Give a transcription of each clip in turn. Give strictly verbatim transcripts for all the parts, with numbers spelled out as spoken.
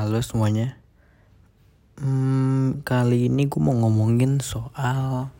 Halo semuanya. Hmm, kali ini gue mau ngomongin soal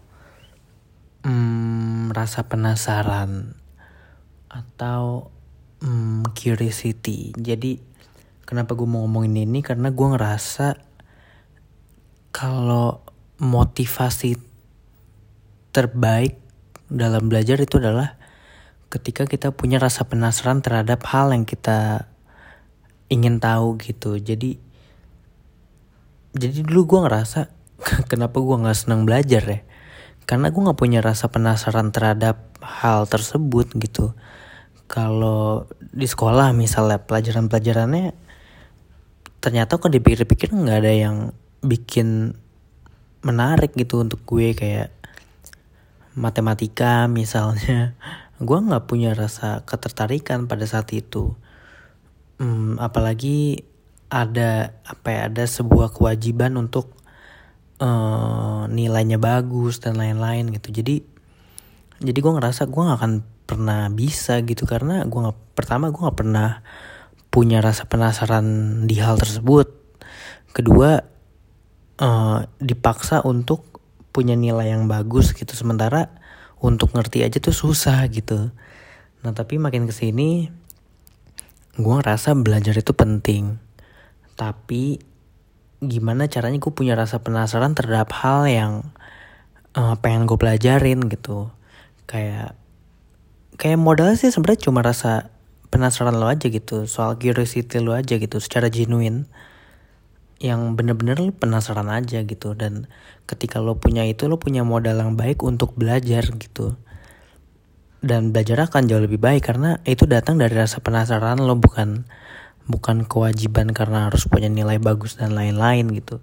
hmm, rasa penasaran atau hmm, curiosity. Jadi kenapa gue mau ngomongin ini? Karena gue ngerasa kalau motivasi terbaik dalam belajar itu adalah ketika kita punya rasa penasaran terhadap hal yang kita ingin tahu gitu. Jadi Jadi dulu gue ngerasa kenapa gue gak senang belajar ya. Karena gue gak punya rasa penasaran terhadap hal tersebut gitu. Kalau di sekolah misalnya pelajaran-pelajarannya ternyata kok dipikir-pikir gak ada yang bikin menarik gitu untuk gue. Kayak matematika misalnya, gue gak punya rasa ketertarikan pada saat itu. hmm, Apalagi ada apa ya ada sebuah kewajiban untuk uh, nilainya bagus dan lain-lain gitu. Jadi jadi gue ngerasa gue gak akan pernah bisa gitu, karena gue nggak pertama gue nggak pernah punya rasa penasaran di hal tersebut. Kedua, uh, dipaksa untuk punya nilai yang bagus gitu, sementara untuk ngerti aja tuh susah gitu. Nah tapi makin kesini gue ngerasa belajar itu penting. Tapi gimana caranya gue punya rasa penasaran terhadap hal yang uh, pengen gue pelajarin gitu. Kayak kayak modalnya sih sebenarnya cuma rasa penasaran lo aja gitu, soal curiosity lo aja gitu, secara genuine. Yang bener-bener lo penasaran aja gitu. Dan ketika lo punya itu, lo punya modal yang baik untuk belajar gitu. Dan belajar akan jauh lebih baik karena itu datang dari rasa penasaran lo, bukan bukan kewajiban karena harus punya nilai bagus dan lain-lain gitu.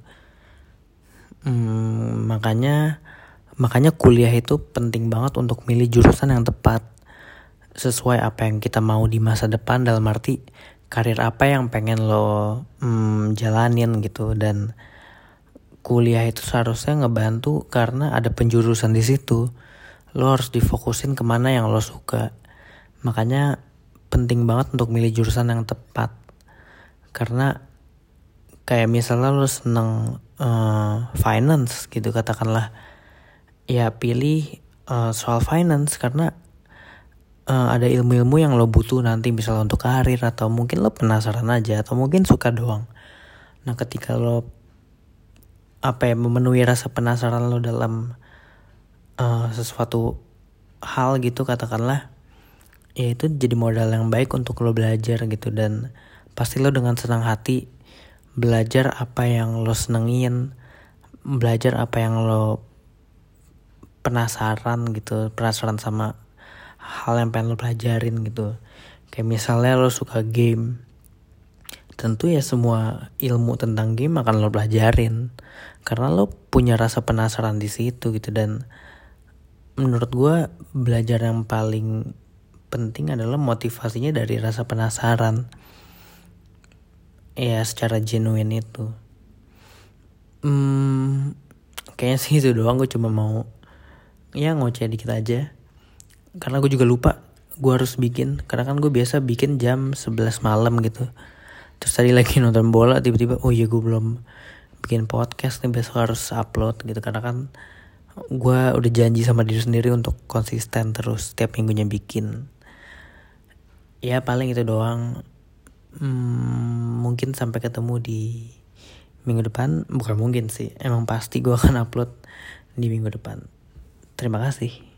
Hmm, makanya makanya kuliah itu penting banget untuk milih jurusan yang tepat sesuai apa yang kita mau di masa depan, dalam arti karir apa yang pengen lo hmm, jalanin gitu. Dan kuliah itu seharusnya ngebantu karena ada penjurusan di situ. Lo harus difokusin kemana yang lo suka. Makanya penting banget untuk milih jurusan yang tepat. Karena kayak misalnya lo seneng uh, finance gitu katakanlah, ya pilih uh, soal finance karena uh, ada ilmu-ilmu yang lo butuh nanti misalnya untuk karir, atau mungkin lo penasaran aja, atau mungkin suka doang. Nah ketika lo apa ya memenuhi rasa penasaran lo dalam uh, sesuatu hal gitu katakanlah, ya itu jadi modal yang baik untuk lo belajar gitu. Dan pasti lo dengan senang hati belajar apa yang lo senengin, belajar apa yang lo penasaran gitu, penasaran sama hal yang pengen lo pelajarin gitu. Kayak misalnya lo suka game, tentu ya semua ilmu tentang game akan lo pelajarin karena lo punya rasa penasaran di situ gitu. Dan menurut gue belajar yang paling penting adalah motivasinya dari rasa penasaran. Ya secara genuine itu. Hmm, kayaknya sih itu doang. Gue cuma mau ya ngoceh dikit aja. Karena gue juga lupa gue harus bikin. Karena kan gue biasa bikin jam sebelas malam gitu. Terus tadi lagi nonton bola, tiba-tiba oh iya gue belum bikin podcast nih, besok harus upload gitu. Karena kan gue udah janji sama diri sendiri untuk konsisten terus setiap minggunya bikin. Ya paling itu doang. Hmm, mungkin sampai ketemu di minggu depan. Bukan mungkin sih, emang pasti gue akan upload di minggu depan. Terima kasih.